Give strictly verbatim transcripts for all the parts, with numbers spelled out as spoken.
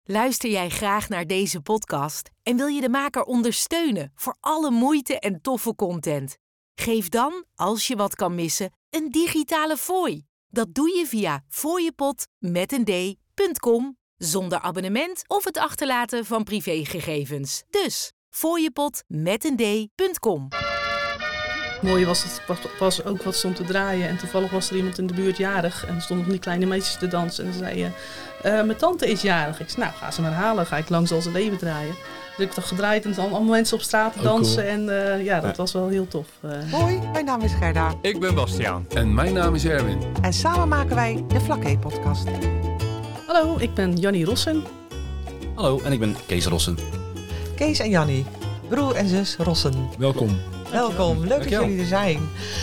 Luister jij graag naar deze podcast en wil je de maker ondersteunen voor alle moeite en toffe content? Geef dan, als je wat kan missen, een digitale fooi. Dat doe je via fooiepot met een d punt com zonder abonnement of het achterlaten van privégegevens. Dus fooiepot met een d punt com. Mooi was het pas, pas ook wat stond te draaien en toevallig was er iemand in de buurt jarig en er stonden die kleine meisjes te dansen en ze zei uh, mijn tante is jarig. Ik zei, nou ga ze maar halen, ga ik langs al zijn leven draaien. Dus ik heb gedraaid en dan allemaal mensen op straat dansen oh, cool. en uh, ja, dat ja. was wel heel tof. Uh. Hoi, mijn naam is Gerda. Ik ben Bastiaan. En mijn naam is Erwin. En samen maken wij de Flaké podcast. Hallo, ik ben Jannie Rossen. Hallo, en ik ben Kees Rossen. Kees en Jannie, broer en zus Rossen. Welkom. Welkom, leuk Dankjewel. dat jullie er zijn.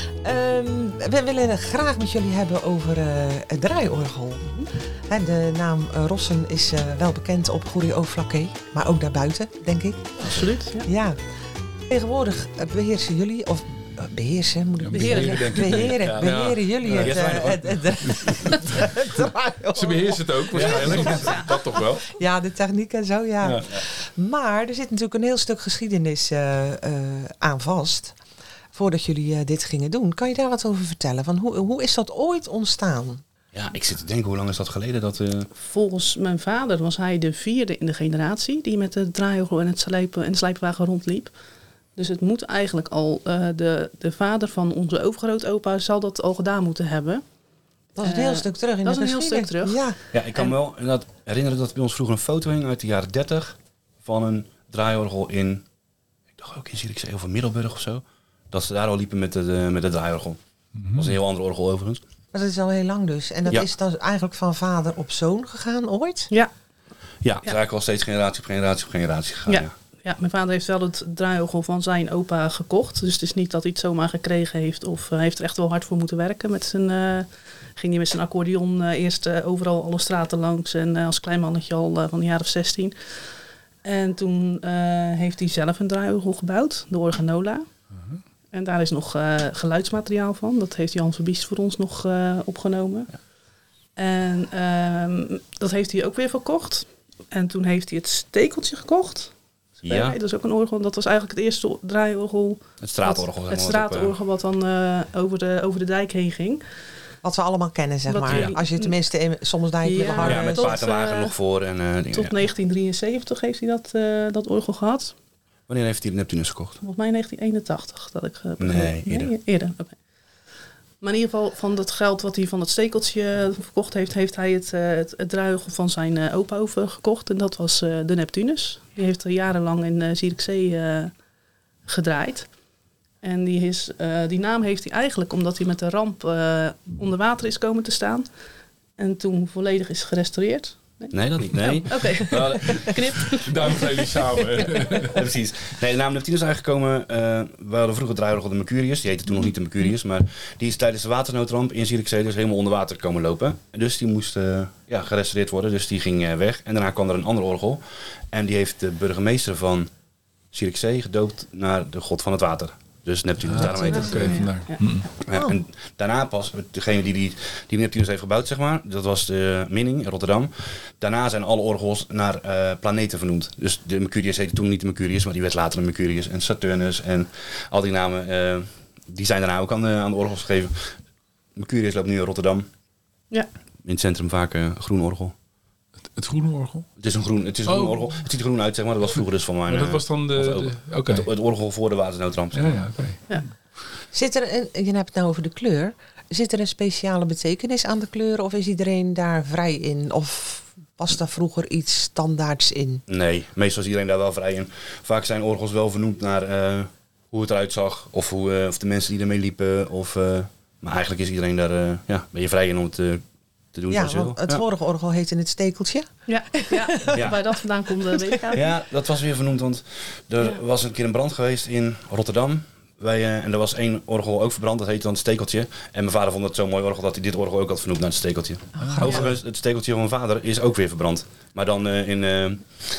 Um, we willen het graag met jullie hebben over uh, het draaiorgel. He, de naam uh, Rossen is uh, wel bekend op Goeree au Flaké, maar ook daarbuiten, denk ik. Absoluut, ja. ja. Tegenwoordig beheersen jullie, of uh, beheersen, moet ik ja, beheren, beheren, beheren, ja, beheren ja. jullie ja, het, uh, het, het, het, het draaiorgel. Ze beheersen het ook waarschijnlijk, ja. dat toch wel? Ja, de techniek en zo, ja. ja. Maar er zit natuurlijk een heel stuk geschiedenis uh, uh, aan vast. Voordat jullie uh, dit gingen doen. Kan je daar wat over vertellen? Van hoe, hoe is dat ooit ontstaan? Ja, ik zit te denken, hoe lang is dat geleden? Dat, uh... Volgens mijn vader was hij de vierde in de generatie die met het draaiorgel en het slijpen en de slijpwagen rondliep. Dus het moet eigenlijk al, uh, de, de vader van onze overgrootopa zal dat al gedaan moeten hebben. Dat is een heel uh, stuk terug in dat de is een heel stuk terug. Ja, ja ik kan en... me wel dat herinneren dat bij ons vroeger een foto hing uit de jaren dertig van een draaiorgel in, ik dacht ook in Zierikzee of in Middelburg of zo. Dat ze daar al liepen met, de, met het draaiorgel. Mm-hmm. Dat was een heel ander orgel overigens. Maar dat is al heel lang dus. En dat ja. is dan eigenlijk van vader op zoon gegaan ooit? Ja. Ja, het is ja. eigenlijk al steeds generatie op generatie op generatie gegaan. Ja. Ja. ja, mijn vader heeft wel het draaiorgel van zijn opa gekocht. Dus het is niet dat hij het zomaar gekregen heeft. Of hij uh, heeft er echt wel hard voor moeten werken. Met zijn, uh, ging hij met zijn accordeon uh, eerst uh, overal alle straten langs. En uh, als klein mannetje al uh, van een jaar of zestien. En toen uh, heeft hij zelf een draaiorgel gebouwd. De Organola. Uh-huh. En daar is nog uh, geluidsmateriaal van. Dat heeft Jan Verbiest voor ons nog uh, opgenomen. Ja. En uh, dat heeft hij ook weer verkocht. En toen heeft hij het stekeltje gekocht. Ja. Dat is ook een orgel. Dat was eigenlijk het eerste draaiorgel. Het straatorgel. Wat, het straatorgel wat dan uh, over, de, over de dijk heen ging. Wat we allemaal kennen, zeg wat maar. Ja. Als je tenminste in soms dijk willen ja, ja, met paardenwagen uh, nog voor. En, uh, dingen, tot ja. negentien drieënzeventig heeft hij dat, uh, dat orgel gehad. Wanneer heeft hij de Neptunus gekocht? Volgens mij negentien eenentachtig. Dat ik, uh, nee, eerder. Nee, eerder. Okay. Maar in ieder geval van dat geld wat hij van het stekeltje verkocht heeft, heeft hij het, uh, het, het draaiorgel van zijn uh, opa overgekocht. En dat was uh, de Neptunus. Die heeft er jarenlang in uh, Zierikzee uh, gedraaid. En die, is, uh, die naam heeft hij eigenlijk omdat hij met de ramp uh, onder water is komen te staan. En toen volledig is gerestaureerd. Nee, nee dat niet. Nee. Oh, Oké, okay. Knip. Daarom zijn jullie samen. Ja, precies. Nee, de naam Neptunus is eigenlijk gekomen. Uh, we hadden vroeger draaiorgel de Mercurius. Die heette toen nog niet de Mercurius. Maar die is tijdens de waternoodramp in Zierikzee dus helemaal onder water komen lopen. Dus die moest uh, ja, gerestaureerd worden. Dus die ging uh, weg. En daarna kwam er een ander orgel. En die heeft de burgemeester van Zierikzee gedoopt naar de god van het water. Dus Neptunus, ah, daarom heet het. Okay, vandaar. Ja. Ja, en daarna pas, degene die, die, die Neptunus heeft gebouwd, zeg maar, dat was de Minning in Rotterdam. Daarna zijn alle orgels naar uh, planeten vernoemd. Dus de Mercurius heette toen niet de Mercurius, maar die werd later de Mercurius en Saturnus en al die namen, uh, die zijn daarna ook aan de, aan de orgels gegeven. Mercurius loopt nu in Rotterdam. Ja. In het centrum vaak een uh, groen orgel. Het groene orgel? Het is een groen, het is een oh. groen orgel. Het ziet er groen uit, zeg maar. Dat was vroeger dus van mijn... Maar dat was dan de... de okay. het, het orgel voor de waternoodramp. Ja, ja, oké. Okay. Ja. Zit er een, je hebt het nou over de kleur. Zit er een speciale betekenis aan de kleuren? Of is iedereen daar vrij in? Of was daar vroeger iets standaards in? Nee, meestal is iedereen daar wel vrij in. Vaak zijn orgels wel vernoemd naar uh, hoe het eruit zag. Of, hoe, uh, of de mensen die ermee liepen. Of, uh, maar eigenlijk is iedereen daar... Uh, ja, ben je vrij in om het... Uh, te doen ja, zoals je wil. Het ja. vorige orgel heette het stekeltje. Ja, ja. ja. Waar dat vandaan komt, weet ik eigenlijk. Ja, dat was weer vernoemd, want er ja. was een keer een brand geweest in Rotterdam. Wij, uh, en er was één orgel ook verbrand, dat heette dan het stekeltje. En mijn vader vond het zo'n mooi orgel dat hij dit orgel ook had vernoemd naar het stekeltje. Oh, Overigens, het stekeltje van mijn vader is ook weer verbrand. Maar dan uh, in, uh,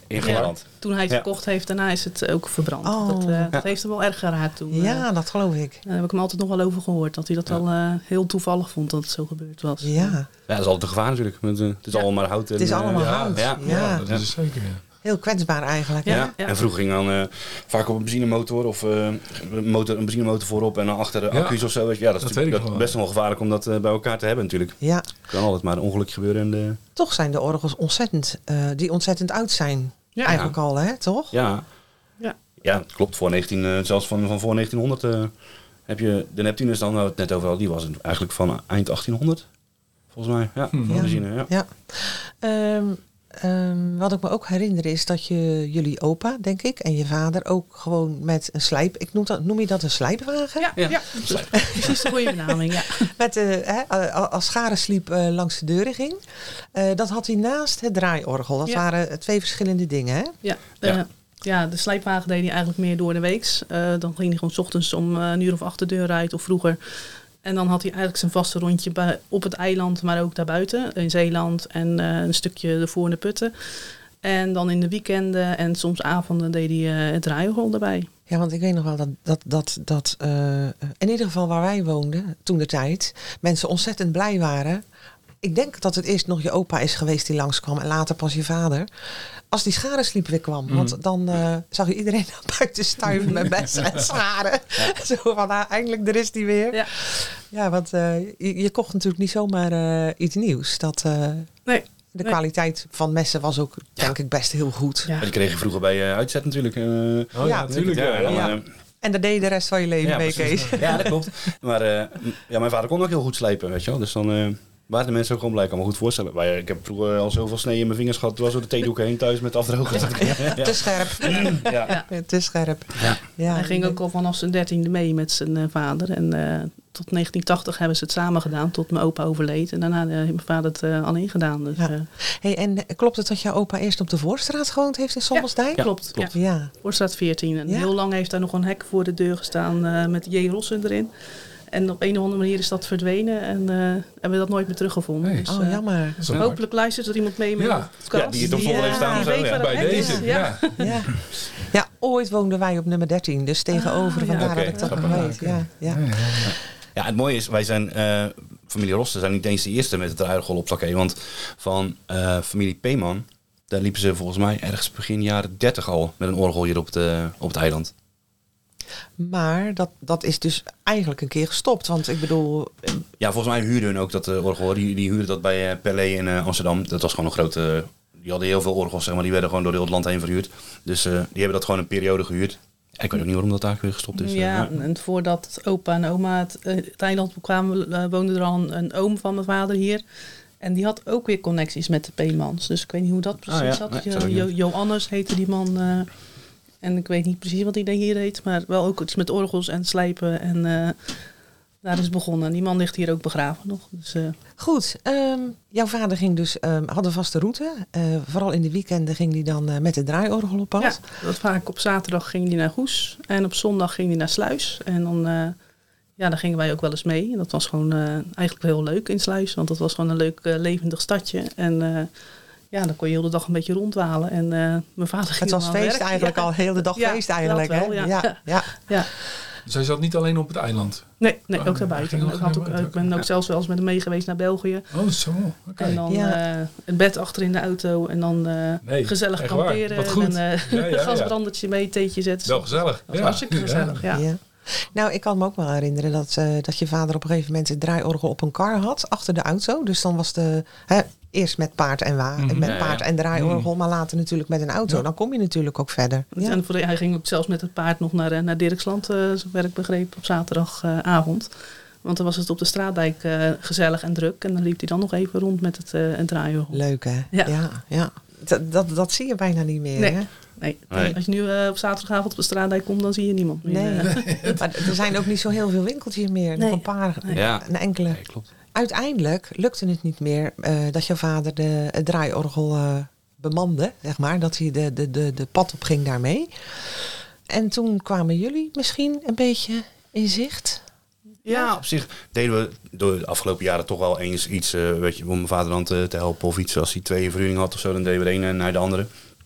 In Finland. Ja, toen hij het Ja. verkocht heeft, daarna is het ook verbrand. Oh. Dat, uh, Ja. dat heeft hem wel erg geraakt toen. Ja, dat geloof ik. Daar heb ik hem altijd nog wel over gehoord. Dat hij dat Ja. wel uh, heel toevallig vond dat het zo gebeurd was. Ja, Ja, dat is altijd een gevaar natuurlijk. Want, uh, het is Ja. allemaal maar hout. En, het is uh, allemaal ja, hout. ja. Ja. Ja, dat is zeker. Ja. Heel kwetsbaar eigenlijk. Ja. hè? Ja. En vroeger ging dan uh, vaak op een benzinemotor of uh, een, motor, een benzinemotor voorop en dan achter de Ja. accu's of zo. Weet je. Ja, dat is Dat natuurlijk weet ik dat wel. best wel gevaarlijk om dat uh, bij elkaar te hebben natuurlijk. Ja. Het kan altijd maar een ongeluk gebeuren. En de, Toch zijn de orgels ontzettend, uh, die ontzettend oud zijn. Ja. Eigenlijk al, hè, toch? ja. Ja. Ja, klopt. Voor negentien, uh, zelfs van, van voor negentienhonderd uh, heb je de Neptunus dan, nou, het net over al, die was eigenlijk van eind achttienhonderd. Volgens mij, ja. Hmm. Van Ja. benzine, ja. Ja. Um, um, wat ik me ook herinner is dat je jullie opa, denk ik, en je vader ook gewoon met een slijp... Ik noem, dat, noem je dat een slijpwagen? Ja, Ja. ja. Precies de goede benaming. Ja. Met, uh, hè, als Scharesliep uh, langs de deuren ging. Uh, dat had hij naast het draaiorgel. Dat Ja. waren twee verschillende dingen, hè? Ja, Ja. uh, ja, de slijpwagen deed hij eigenlijk meer door de weeks. Uh, dan ging hij gewoon 's ochtends om uh, een uur of acht de deur uit of vroeger. En dan had hij eigenlijk zijn vaste rondje bij, op het eiland, maar ook daarbuiten. In Zeeland en uh, een stukje ervoor in de putten. En dan in de weekenden en soms avonden deed hij uh, het draaiorgel erbij. Ja, want ik weet nog wel dat, dat, dat, dat uh, in ieder geval waar wij woonden, toen de tijd, mensen ontzettend blij waren. Ik denk dat het eerst nog je opa is geweest die langskwam en later pas je vader. Als die Scharesliep weer kwam. Mm. Want dan uh, zag je iedereen naar buiten stuiven met bessen en scharen. Ja. Zo van, ah, eindelijk, er is die weer. Ja. Ja, want uh, je, je kocht natuurlijk niet zomaar uh, iets nieuws. Dat, uh, Nee. de Nee. kwaliteit van messen was ook, Ja. denk ik, best heel goed. Ja. Maar die kreeg je vroeger bij uh, uitzet natuurlijk. Uh, Oh ja, Ja, natuurlijk. Ja, en dan, ja. uh, En daar deed je de rest van je leven Ja, mee, precies. Kees. Ja, dat klopt. Maar uh, ja, mijn vader kon ook heel goed slijpen, weet je wel. Dus dan uh, waren de mensen ook gewoon blij. Ik kan me goed voorstellen. Maar, uh, ik heb vroeger al zoveel snee in mijn vingers gehad. Toen was door de theedoek heen thuis met afdrogen. Ja. Te scherp. Ja. Ja. Te scherp. Ja. Ja, Hij ging ook al vanaf zijn dertiende mee met zijn uh, vader. En uh, tot negentien tachtig hebben ze het samen gedaan, tot mijn opa overleed. En daarna uh, heeft mijn vader het uh, alleen gedaan. Dus, Ja. uh, Hey, en klopt het dat jouw opa eerst op de Voorstraat gewoond heeft in Sommelsdijk? Ja. klopt. klopt. Ja. Ja. Voorstraat veertien. En Ja. heel lang heeft daar nog een hek voor de deur gestaan uh, met J. Rossen erin. En op een of andere manier is dat verdwenen en uh, hebben we dat nooit meer teruggevonden. Nee. Dus, Oh, uh, jammer. Zo. hopelijk luistert er iemand mee met Ja. de podcast. Ja, die het op zolder heeft staan die of zo, weet ja. waar dat Bij hek deze. is. Ja. Ja. Ja, ooit woonden wij op nummer dertien, dus tegenover. Ah, ja. Vandaar Oké, dat ik dat grappig. nog weet. Ja, ja. Ja, ja, ja. Ja, het mooie is, wij zijn, uh, familie Rosten zijn niet eens de eerste met het draaiorgel op Vlakke. Want van uh, familie Peeman, daar liepen ze volgens mij ergens begin jaren dertig al met een orgel hier op, de, op het eiland. Maar dat, dat is dus eigenlijk een keer gestopt. Want ik bedoel, Ja, volgens mij huurden hun ook dat uh, orgel. Die, die huurden dat bij uh, Perlé in uh, Amsterdam. Dat was gewoon een grote... Die hadden heel veel orgels, zeg maar. Die werden gewoon door heel het land heen verhuurd. Dus uh, die hebben dat gewoon een periode gehuurd. Ja, ik weet ook niet waarom dat daar weer gestopt is. Ja, Uh, en voordat opa en oma het, uh, het eiland kwamen, uh, woonde er al een, een oom van mijn vader hier. En die had ook weer connecties met de Peemans. Dus ik weet niet hoe dat precies Ah, ja. zat. Nee, Jo- zou ik Jo- niet. Johannes heette die man. Uh, en ik weet niet precies wat hij hier deed. Maar wel ook iets met orgels en slijpen. En uh, daar is het begonnen. En die man ligt hier ook begraven nog. Dus, uh, goed. Um, jouw vader ging dus, um, had een vaste route. Uh, vooral in de weekenden ging hij dan uh, met de draaiorgel op pad. ja, dat vaak op zaterdag ging hij naar Goes. En op zondag ging hij naar Sluis. En dan... Uh, Ja, daar gingen wij ook wel eens mee. En dat was gewoon uh, eigenlijk heel leuk in Sluis. Want dat was gewoon een leuk uh, levendig stadje. En uh, ja, dan kon je heel de dag een beetje rondwalen. En uh, mijn vader ging Het was aan feest werk. eigenlijk Ja. al, heel de dag Ja, feest eigenlijk. dat wel, hè? ja. Ja, ja. Ja. Dus hij zat niet alleen op het eiland. Nee, nee, Oh, ook ja, daarbuiten. hij ging Ik, ook had naar ook, buiten, ik ben oké. ook zelfs wel eens met hem mee geweest naar België. Oh, zo. Oké. En dan Ja. uh, het bed achter in de auto. En dan uh, Nee, gezellig echt waar. kamperen. Wat goed. En uh, Ja, ja, een ja. gasbrandertje mee, theetje zetten. Wel gezellig. Dat was Ja. hartstikke gezellig, ja. Ja. Nou, ik kan me ook wel herinneren dat, uh, dat je vader op een gegeven moment het draaiorgel op een kar had, achter de auto. Dus dan was de, hè, eerst met paard en wa- Mhm. met Ja, ja. paard en draaiorgel, maar later natuurlijk met een auto. Ja. Dan kom je natuurlijk ook verder. Ja. En voor de, hij ging ook zelfs met het paard nog naar, uh, naar Dirksland, uh, zover ik begreep, op zaterdagavond. Uh, Want dan was het op de Straatdijk uh, gezellig en druk. En dan liep hij dan nog even rond met het uh, draaiorgel. Leuk hè? Ja. ja, ja. Dat, dat, dat zie je bijna niet meer. Nee. Hè? Nee. Nee. Als je nu uh, op zaterdagavond op de Straatdijk komt, dan zie je niemand meer. Nee. Uh, Maar er zijn ook niet zo heel veel winkeltjes meer. Nog Nee. een paar, Nee. Ja. een enkele. Nee, klopt. Uiteindelijk lukte het niet meer uh, dat je vader de, het draaiorgel uh, bemande, zeg maar. Dat hij de, de, de, de pad op ging daarmee. En toen kwamen jullie misschien een beetje in zicht. Ja, op zich deden we door de afgelopen jaren toch wel eens iets, uh, weet je, om mijn vader dan te, te helpen of iets. Als hij twee verhuringen had of zo, dan deden we de ene naar de andere.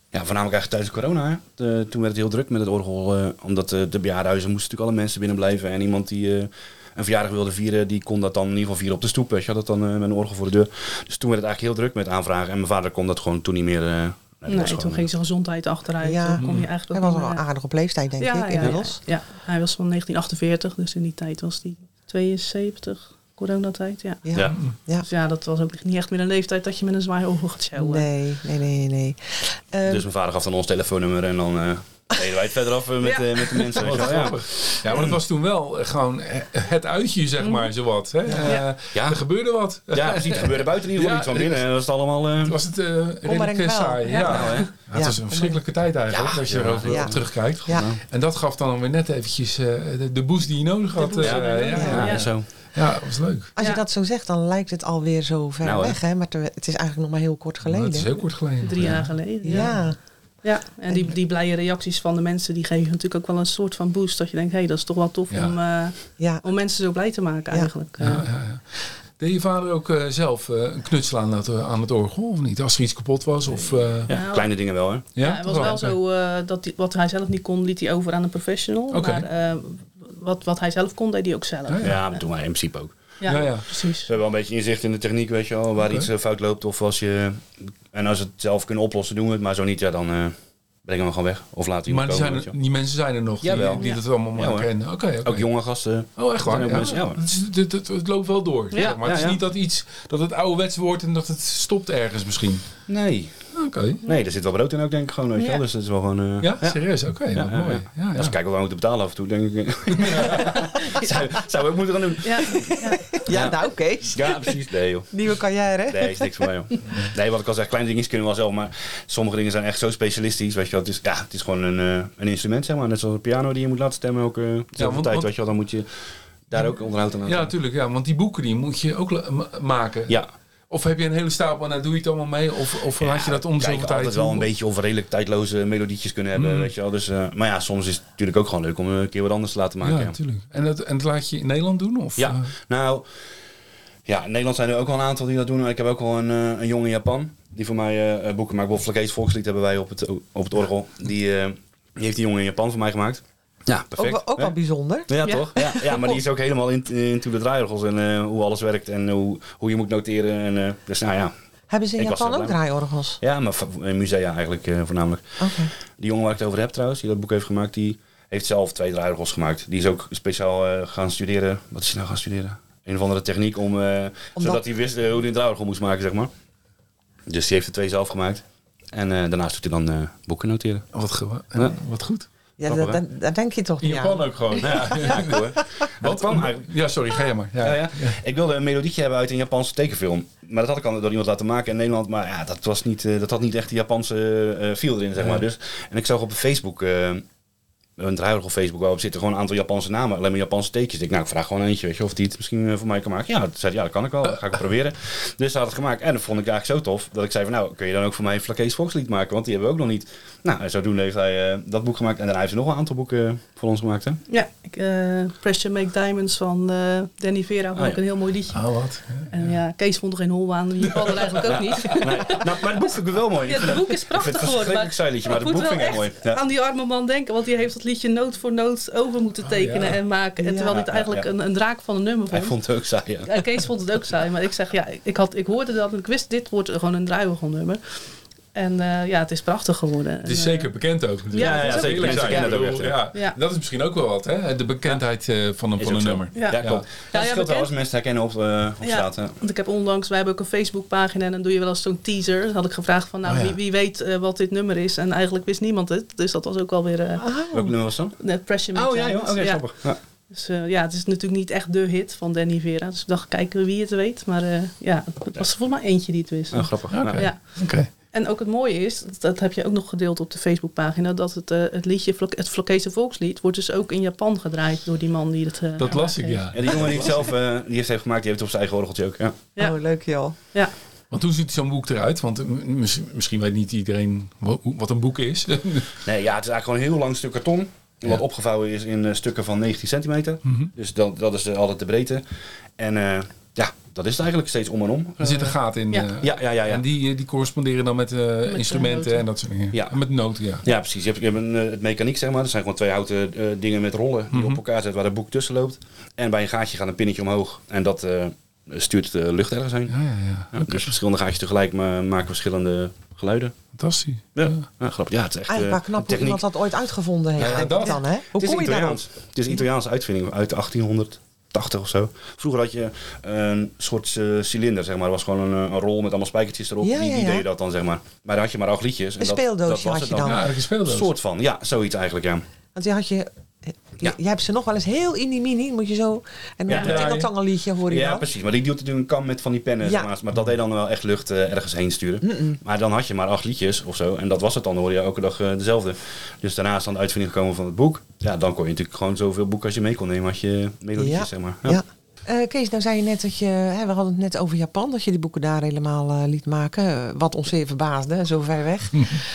ja, voornamelijk eigenlijk tijdens corona. Hè. De, toen werd het heel druk met het orgel. Uh, omdat uh, de bejaardenhuizen moesten natuurlijk alle mensen binnen blijven. En iemand die uh, een verjaardag wilde vieren, die kon dat dan in ieder geval vieren op de stoep. Je had dat dan uh, met een orgel voor de deur. Dus toen werd het eigenlijk heel druk met aanvragen. En mijn vader kon dat gewoon toen niet meer... Uh, Nee, nee toen gewoon, ging zijn gezondheid achteruit. Ja. Toen kon je eigenlijk hij ook was al uh, aardig op leeftijd, denk ja, ik, ja, inmiddels. Ja, ja, hij was van negentien achtenveertig, dus in die tijd was hij tweeënzeventig, coronatijd. Ja. Ja. Ja. Ja. Dus ja, dat was ook niet echt meer een leeftijd dat je met een zwaai orgel gaat sjouwen. Nee, nee, nee, nee. Um, dus mijn vader gaf dan ons telefoonnummer en dan... Uh, deden wij het verder af met, ja. uh, met de mensen. Wat ja. ja, maar het was toen wel gewoon het uitje, zeg maar, zowat. Hè? Ja. Uh, Ja. Er gebeurde wat. Ja, precies. Het gebeurde buiten in ieder geval Ja, niet. Van binnen was het allemaal... Uh... Was het uh, redelijk wel. saai. Ja. Ja, hè? Ja, het Ja. was een verschrikkelijke tijd eigenlijk, Ja. als je erover Ja. op terugkijkt. Ja. En dat gaf dan weer net eventjes uh, de, de boost die je nodig had. boost Uh, die je ja, nodig had, ja, Ja, ja. Ja. zo. Ja, dat was leuk. Als je Ja. dat zo zegt, dan lijkt het alweer zo ver Nou, hè. weg. Hè? Maar te- het is eigenlijk nog maar heel kort geleden. Het is heel kort geleden. Drie Ja. jaar geleden. Ja. Ja. Ja, en die, die blije reacties van de mensen, die geven natuurlijk ook wel een soort van boost. Dat je denkt, hé, hey, dat is toch wel tof Ja. om, uh, Ja. om mensen zo blij te maken Ja. eigenlijk. Ja, ja, ja. Deed je vader ook uh, zelf uh, een knutsel aan het, uh, aan het orgel of niet? Als er iets kapot was? Of, uh... Ja, Nou, kleine dingen wel, hè? Ja, Ja, het was toch wel Oké. zo uh, dat die, wat hij zelf niet kon, liet hij over aan een professional. Oké. Maar uh, wat, wat hij zelf kon, deed hij ook zelf. Ja, Ja, maar doen wij in principe ook. Ja, Ja, ja. precies. Ze hebben wel een beetje inzicht in de techniek, weet je wel, waar Oké. iets uh, fout loopt. Of als je... En als we het zelf kunnen oplossen, doen we het. Maar zo niet, ja, dan uh, brengen we gewoon weg. Of laten we Maar die, iemand zijn komen, er, weet je die mensen zijn er nog die, Jawel. die Ja. dat allemaal Ja, hoor. maken. Oké, oké. wel. Ook jonge gasten. Oh, echt Er zijn waar? ook Ja. mensen- ja, hoor. het, is- het, het, het loopt wel door. Ja, zeg maar ja, het is ja. niet dat, iets, dat het ouderwets wordt en dat het stopt ergens misschien. Nee. Oké. Nee, er zit wel brood in ook, denk ik gewoon, weet je wel. Ja. Dus dat is wel gewoon... Uh, Ja, serieus? Oké, Ja, wat ja, mooi. ja. Ja, ja. Als ik kijk wat we moeten betalen af en toe, denk ik... zou, zou ik ook moeten gaan doen. Ja, ja. Ja, nou Kees. Ja, precies. Nee, joh. Nieuwe carrière. hè? Nee, is niks voor mij, joh. Nee, wat ik al zeg, kleine dingetjes kunnen we wel zelf, maar sommige dingen zijn echt zo specialistisch, weet je wel. Het is, ja, het is gewoon een, uh, een instrument, zeg maar. Net zoals een piano die je moet laten stemmen, ook uh, dezelfde want- tijd, want- weet je wel. Dan moet je daar ook onderhoud aan Ja, doen. natuurlijk. Ja, want die boeken die moet je ook la- ma- maken. Ja. Of heb je een hele stapel en daar doe je het allemaal mee? Of, of laat je dat om Kijk, zoveel tijd? altijd wel een beetje of we redelijk tijdloze melodietjes kunnen hebben, Mm. weet je wel. Dus, uh, maar ja, soms is het natuurlijk ook gewoon leuk om een keer wat anders te laten maken. Ja, Ja, natuurlijk. En dat, en dat laat je in Nederland doen? Of, Ja. uh, Nou, ja, in Nederland zijn er ook wel een aantal die dat doen. Ik heb ook wel een, uh, een jongen in Japan die voor mij uh, boeken maakt. Bijvoorbeeld Vlakees Volkslied hebben wij op het, op het orgel. Die, uh, die heeft die jongen in Japan voor mij gemaakt. Ja, Ook, perfect. wel- ook hè? wel bijzonder. Ja, Ja. toch? Ja, ja, maar die is ook helemaal in, into de draaiorgels en uh, hoe alles werkt en hoe, hoe je moet noteren. En, uh, dus nou ja, Hebben ze in Ik was Japan er ook blij mee. draaiorgels? ja maar v- in musea eigenlijk uh, voornamelijk. Oké. Die jongen waar ik het over heb trouwens, die dat boek heeft gemaakt, die heeft zelf twee draaiorgels gemaakt. Die is ook speciaal uh, gaan studeren. Wat is hij nou gaan studeren? Een of andere techniek om, uh, zodat hij wist uh, hoe hij een draaiorgel moest maken, zeg maar. Dus die heeft er twee zelf gemaakt. En uh, daarnaast doet hij dan uh, boeken noteren. wat, ge- Ja. wat goed. Ja, Grappig, dat, hè? dat, dat denk je toch In niet Japan aan. ook gewoon. Ja, ja, cool, hè? Dat kwam eigenlijk. Ja, sorry, ga jij maar. Ja. Ja, ja. Ik wilde een melodietje hebben uit een Japanse tekenfilm. Maar dat had ik al door iemand laten maken in Nederland. Maar ja, dat, was niet, uh, dat had niet echt die Japanse uh, feel erin, zeg maar. Ja. Dus, en ik zag op Facebook, uh, een draaiorgel Facebook, waarop zitten gewoon een aantal Japanse namen. Alleen maar Japanse tekens. Ik, nou, ik vraag gewoon eentje, weet je, of die het misschien uh, voor mij kan maken. Ja, dat zei hij, ja, dat kan ik wel. Dat ga ik proberen. Dus hij had het gemaakt. En dat vond ik eigenlijk zo tof. Dat ik zei van, nou, kun je dan ook voor mij een Vlakees Volkslied maken? Want die hebben we ook nog niet. Nou, en zodoende heeft hij uh, dat boek gemaakt. En daarna heeft hij nog een aantal boeken uh, voor ons gemaakt, hè? Ja, ik, uh, Pressure Make Diamonds van uh, Danny Vera vond Ah, ik ja. een heel mooi liedje. Oh, wat? En ja, Kees vond er geen hol aan. Die hadden er eigenlijk ook niet. Nee, nou, maar het boek vind ik wel mooi. Ja, het boek is Ik vind prachtig het een geworden. verschrikkelijk saai liedje, maar ik het moet boek vind wel ik echt echt mooi. Ja. aan die arme man denken, want die heeft dat liedje noot voor noot over moeten tekenen ja. en maken. En Ja. terwijl hij het Ja, eigenlijk ja. Een, een draak van een nummer Hij vond. vond het ook saai, ja. Ja, Kees vond het ook saai, maar ik zeg ja, ik, had, ik hoorde dat en ik wist dit wordt gewoon een draaiorgelnummer. En uh, ja, het is prachtig geworden. Het is en, zeker bekend ook. natuurlijk. Ja, ja, Dat is zeker. eerlijk Mensen zijn. kennen het ook Ik bedoel, echt, ja. ja. Dat is misschien ook wel wat, hè? De bekendheid uh, van een, Is van ook een zo. nummer. Ja. Ja, klopt. Ja, Ja, ja, het scheelt wel bekend. als mensen het herkennen op, uh, op Ja. straat. Hè. Want ik heb onlangs, wij hebben ook een Facebookpagina en dan doe je wel eens zo'n teaser. Dan had ik gevraagd van, nou, Oh, ja. wie, wie weet uh, wat dit nummer is. En eigenlijk wist niemand het. Dus dat was ook wel weer uh, Oh. Welk nummer was dat? net Pressure Make Oh ja, joh. Diamonds. Oké, ja. grappig. Ja. Dus uh, ja, het is natuurlijk niet echt de hit van Danny Vera. Dus ik dacht, kijken wie het weet. Maar uh, ja, het was er volgens mij eentje die het wist. Oh, grappig. Oké. Ja. Ja. Oké. En ook het mooie is, dat, dat heb je ook nog gedeeld op de Facebookpagina, dat het, uh, het liedje, het Vlakese volkslied, wordt dus ook in Japan gedraaid door die man die het... Uh, Dat las ik, ja. En die jongen die het zelf uh, die heeft, heeft gemaakt, die heeft het op zijn eigen orgeltje ook. Ja. Ja. Oh, leuk joh. Ja. Want hoe ziet zo'n boek eruit? Want uh, mis- misschien weet niet iedereen wa- hoe- wat een boek is. Nee, ja, het is eigenlijk gewoon een heel lang stuk karton. Wat opgevouwen is in uh, stukken van negentien centimeter. Mhm. Dus dat, dat is uh, altijd de breedte. En uh, ja, dat is het eigenlijk steeds om en om. Er zit een gat in. Ja. Uh, Ja, ja, ja. ja. En die, die corresponderen dan met, uh, met instrumenten en dat soort dingen. Ja. En met noten, ja. Ja, precies. Je hebt, je hebt een, uh, het mechaniek, zeg maar. Dat zijn gewoon twee houten uh, dingen met rollen die Mm-hmm. op elkaar zetten waar het boek tussen loopt. En bij een gaatje gaat een pinnetje omhoog. En dat uh, stuurt de lucht ergens heen. Ja, ja, ja. Ja, dus verschillende gaatjes tegelijk ma- maken verschillende geluiden. Fantastisch. Ja, Ja. ja grappig. Ja, het is echt Eigenlijk uh, maar knap hoe techniek. iemand dat ooit uitgevonden heeft. Ja, denk dat. ik dan, hè? Hoe Het is kom je daarop? Italiaans. Het is een Italiaanse uitvinding uit achttienhonderdtachtig of zo. Vroeger had je een soort uh, cilinder, zeg maar. Dat was gewoon een, een rol met allemaal spijkertjes erop. Ja, die ja, die ja. deden dat dan, zeg maar. Maar dan had je maar acht liedjes. En Een dat, speeldoosje dat was had het je dan. dan. Ja, eigenlijk een Een speeldoos. soort van, ja, zoiets eigenlijk, ja. Want die had je... Ja. Jij hebt ze nog wel eens heel in die mini, moet je zo... En dan Ja, ja, draaien. een tangenliedje hoor je Ja, dan. precies. Maar die doet natuurlijk een kam met van die pennen. Ja. Zeg maar. maar dat deed dan wel echt lucht uh, ergens heen sturen. Mm-mm. Maar dan had je maar acht liedjes of zo. En dat was het dan. Dan hoorde je elke dag uh, dezelfde. Dus daarna is dan de uitvinding gekomen van het boek. Ja, dan kon je natuurlijk gewoon zoveel boeken als je mee kon nemen. Als je melodietjes, Ja. zeg maar. Ja. Uh, Kees, nou zei je net dat je... Hè, we hadden het net over Japan. Dat je die boeken daar helemaal uh, liet maken. Uh, wat ons zeer verbaasde, zo ver weg.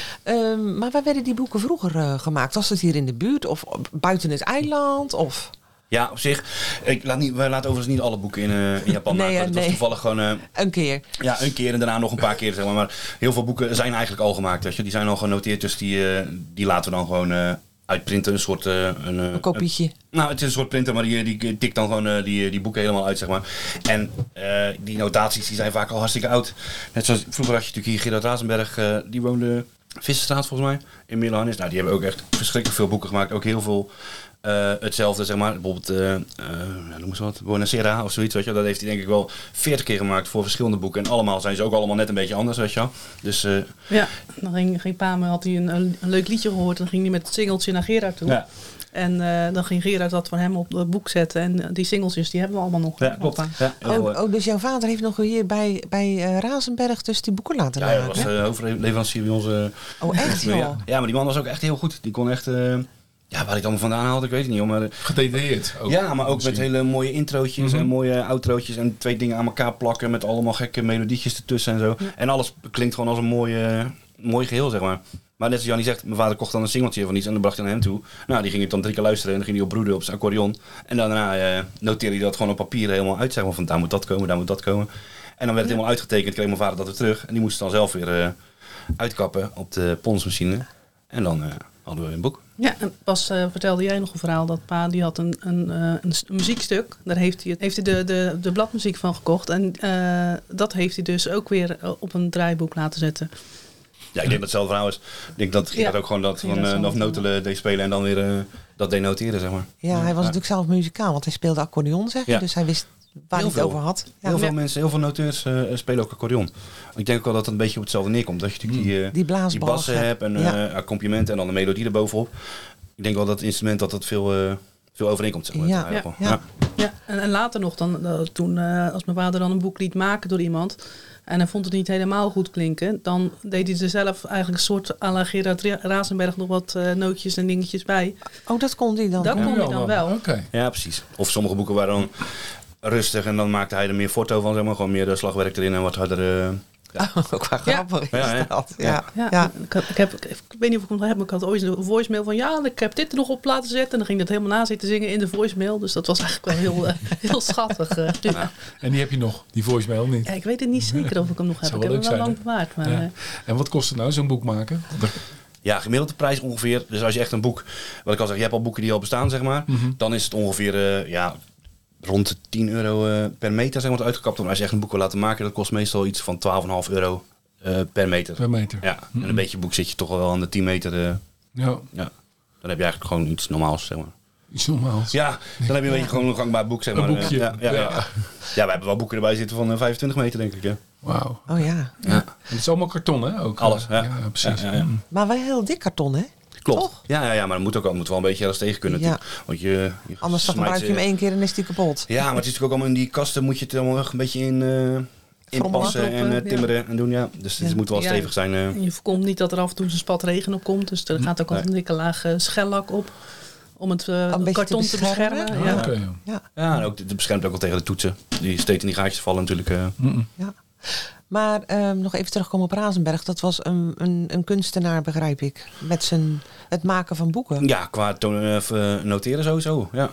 um, maar waar werden die boeken vroeger uh, gemaakt? Was het hier in de buurt? Of buiten het eiland? Of... Ja, op zich. Ik laat niet, wij laten overigens niet alle boeken in, uh, in Japan Nee, maken. hè, Het nee. was toevallig gewoon uh, Een keer. ja, een keer en daarna nog een paar keer. Zeg maar. Maar heel veel boeken zijn eigenlijk al gemaakt. Weet je. Die zijn al genoteerd. Dus die, uh, die laten we dan gewoon uh, uitprinten. Een soort... Uh, een, uh, Een kopietje. een, nou, het is een soort printer, maar die, die tikt dan gewoon uh, die, die boeken helemaal uit, zeg maar. En uh, die notaties die zijn vaak al hartstikke oud. Net zoals vroeger had je natuurlijk hier Gerard Razenberg. Uh, die woonde Visserstraat volgens mij. In Milanis. Nou, die hebben ook echt verschrikkelijk veel boeken gemaakt. Ook heel veel... Uh, hetzelfde, zeg maar, bijvoorbeeld, uh, uh, noem eens wat, Buonasera of zoiets, weet je. Dat heeft hij denk ik wel veertig keer gemaakt voor verschillende boeken. En allemaal zijn ze ook allemaal net een beetje anders, weet je wel. Dus, uh, Ja, dan ging, ging pa me, had hij een, een, een leuk liedje gehoord. Dan ging hij met het singeltje naar Gerard toe. ja, En uh, dan ging Gerard dat voor hem op het boek zetten. En uh, die singeltjes, die hebben we allemaal nog. ja, klopt. Opa. Ja, heel Oh, veel, oh, dus jouw vader heeft nog hier bij, bij uh, Razenberg dus die boeken laten ja, hij maken? was uh, hoofdleverancier bij onze... Oh, echt joh? Ja. ja, maar die man was ook echt heel goed. Die kon echt... Uh, ja, waar hij het allemaal vandaan haalde, ik weet het niet. Hoor, maar, Gedetailleerd ook. ja, maar ook misschien. met hele mooie introotjes Mm-hmm. en mooie outrootjes en twee dingen aan elkaar plakken met allemaal gekke melodietjes ertussen en zo. Ja. En alles klinkt gewoon als een mooi, uh, mooi geheel, zeg maar. Maar net als Jannie zegt, mijn vader kocht dan een singeltje van iets en dan bracht hij naar hem toe. Nou, die ging het dan drie keer luisteren en dan ging hij op broeden op zijn accordeon. En daarna uh, noteerde hij dat gewoon op papier helemaal uit, zeg maar, van daar moet dat komen, daar moet dat komen. En dan werd het helemaal uitgetekend, kreeg mijn vader dat weer terug. En die moest het dan zelf weer uh, uitkappen op de ponsmachine. En dan uh, hadden we een boek. Ja, en pas uh, vertelde jij nog een verhaal dat pa die had een, een, uh, een, een muziekstuk. Daar heeft hij, heeft hij de, de, de bladmuziek van gekocht. En uh, dat heeft hij dus ook weer op een draaiboek laten zetten. Ja, ik denk dat hetzelfde verhaal is. Ik denk dat Gerard Ja. ook gewoon dat van Gerard uh, zal of notelen deed spelen en dan weer uh, dat denoteren, zeg maar. Ja, hij was natuurlijk zelf muzikaal, want hij speelde accordeon, zeg je. Ja. Dus hij wist waar Heel hij het veel. over had. Ja, Heel veel ja. mensen, heel veel noteurs uh, spelen ook accordeon. Ik denk ook wel dat het een beetje op hetzelfde neerkomt. Dat je natuurlijk die, uh, Die die blaasballen bassen hebt en uh, Ja. accompagnementen en dan de melodie erbovenop. Ik denk wel dat het instrument dat het veel, uh, veel overeenkomt, zeg maar. Ja, eigenlijk ja, wel. ja. Ja, en, en later nog, dan, uh, toen, uh, als mijn vader dan een boek liet maken door iemand... en hij vond het niet helemaal goed klinken... dan deed hij er zelf eigenlijk een soort à la Gerard Razenberg... nog wat uh, nootjes en dingetjes bij. Oh, dat kon hij dan. Dat Ja. kon hij dan wel. Oké. Ja, precies. Of sommige boeken waren dan rustig en dan maakte hij er meer forto van, zeg maar. Gewoon meer uh, slagwerk erin en wat harder... Uh, Ja. Ook wel grappig is Ja, ja. dat. Ja. Ja, Ja. Ik, had- ik, heb, ik weet niet of ik het nog heb, maar ik had ooit een voicemail van... ja, ik heb dit er nog op laten zetten. En dan ging dat helemaal na zitten zingen in de voicemail. Dus dat was eigenlijk wel heel, uh, heel schattig. Uh, ja. En die heb je nog, die voicemail niet. Ja, ik weet het niet zeker of ik hem nog heb. Zou Ik wel heb hem wel leuk lang zijn, bewaard. Maar, Ja. uh, En wat kost het nou, zo'n boek maken? Ja, gemiddelde prijs ongeveer. Dus als je echt een boek, wat ik al zeg, je hebt al boeken die al bestaan, zeg maar. Mhm. Dan is het ongeveer uh, ja, rond de tien euro uh, per meter, zeg maar, wat uitgekapt. Maar als je echt een boek wil laten maken, dat kost meestal iets van twaalf komma vijf euro uh, per meter. Per meter. Ja, en een beetje boek zit je toch wel aan de tien meter. Uh, Ja, ja. Dan heb je eigenlijk gewoon iets normaals, zeg maar. iets normaals. Ja, dan heb je een beetje gewoon een gangbaar boek, zeg Een maar. boekje. Uh, ja, ja, ja. Ja. ja, we hebben wel boeken erbij zitten van uh, vijfentwintig meter, denk ik. Ja. Wauw. Oh ja. Ja. En het is allemaal karton, hè? Ook, Alles, ja. Ja, precies. Ja, ja, ja. Mm. Maar wel heel dik karton, hè? Klopt. Toch? Ja, ja, ja, maar dat moet ook wel, moet wel een beetje ergens tegen kunnen. Ja. natuurlijk. Want je, je Anders dan smijt gebruik je ze- hem één keer en is die kapot. Ja, maar het is natuurlijk ook allemaal in die kasten moet je het allemaal een beetje in uh, inpassen en Frommelen. uh, timmeren en doen. Ja. Dus het Ja. moet wel Ja. stevig zijn. Uh. en je voorkomt niet dat er af en toe een spat regen op komt. Dus er gaat ook altijd een dikke laag uh, schellak op. Om het uh, beetje karton te te beschermen. beschermen. Ah, Ja. oké, ja. Ja. Ja, en ook, het beschermt ook wel tegen de toetsen. Die steeds in die gaatjes vallen natuurlijk. Uh. Mm-mm. Ja. Maar um, nog even terugkomen op Razenberg. Dat was een, een, een kunstenaar, begrijp ik. Met zijn, het maken van boeken. Ja, qua tonen, uh, noteren sowieso. Ja.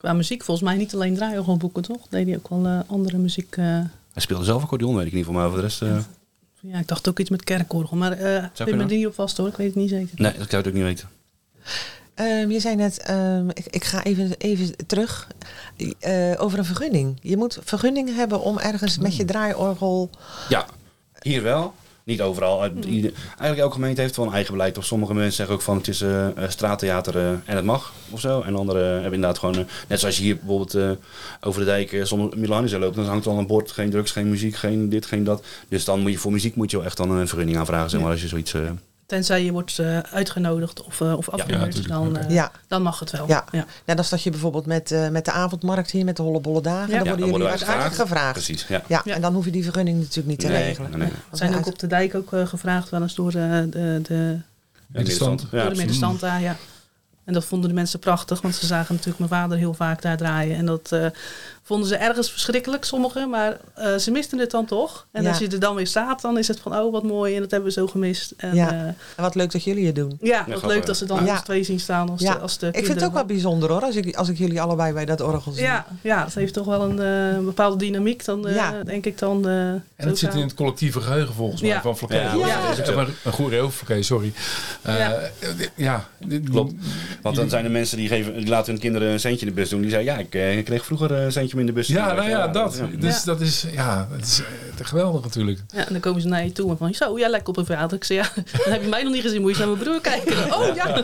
Qua muziek volgens mij niet alleen draaiorgelboeken, toch? Deed hij ook wel uh, andere muziek. Uh... Hij speelde zelf accordeon, weet ik niet van, maar voor de rest... Uh... Ja, ik dacht ook iets met kerkorgel, maar uh, ik ben me er niet op vast hoor, ik weet het niet zeker. Nee, dat zou ik ook niet weten. Um, je zei net, um, ik, ik ga even, even terug, uh, over een vergunning. Je moet vergunning hebben om ergens met je draaiorgel... Ja, hier wel. Niet overal. Ieder, eigenlijk elke gemeente heeft wel een eigen beleid. Of sommige mensen zeggen ook van het is uh, straattheater uh, en het mag of zo. En anderen hebben inderdaad gewoon, uh, net zoals je hier bijvoorbeeld uh, over de dijk uh, soms Milanische loopt. Dan hangt er al een bord, geen drugs, geen muziek, geen dit, geen dat. Dus dan moet je voor muziek moet je wel echt dan een vergunning aanvragen, zeg maar, als je zoiets... Uh, Tenzij je wordt uh, uitgenodigd of, uh, of afgehuurd, ja, dan, uh, ja. dan mag het wel. Ja, ja. ja dat is dat je bijvoorbeeld met, uh, met de avondmarkt hier, met de Hollebolle Dagen, ja. dan worden ja, jullie uiteindelijk gevraagd. Precies, ja. Ja, ja. En dan hoef je die vergunning natuurlijk niet te nee, regelen. Nee, nee. Nee. We zijn ook op de dijk ook uh, gevraagd, wel eens door uh, de, de, middenstand. Ja, de middenstand daar, ja. En dat vonden de mensen prachtig, want ze zagen natuurlijk mijn vader heel vaak daar draaien. En dat uh, vonden ze ergens verschrikkelijk, sommigen. Maar uh, ze misten het dan toch. En ja. als je er dan weer staat, dan is het van, oh wat mooi. En dat hebben we zo gemist. En, ja. uh, en wat leuk dat jullie het doen. Ja, wat ja, leuk dat ze dan ja. ons twee zien staan als, ja. de, als de Ik vind het ook wel bijzonder hoor, als ik, als ik jullie allebei bij dat orgel zie. Ja, ja het heeft toch wel een, uh, een bepaalde dynamiek, dan, uh, ja. denk ik dan. Uh, en het zit in het collectieve geheugen volgens mij ja. van Vlakke. Ja, ja. ja. ja. ja. Een goede Vlakke, sorry. Uh, ja. ja, klopt. Want dan zijn er mensen die, geven, die laten hun kinderen een centje in de bus doen. Die zeggen, ja, ik, ik kreeg vroeger een centje in de bus. Ja, nou ja, dat. Ja. Dus ja. dat is, ja, dat is uh, geweldig natuurlijk. Ja, en dan komen ze naar je toe en van, zo, ja, lekker op een verhaal. Ik zeg, ja, dan heb je mij nog niet gezien, moet je naar mijn broer kijken. Oh, ja.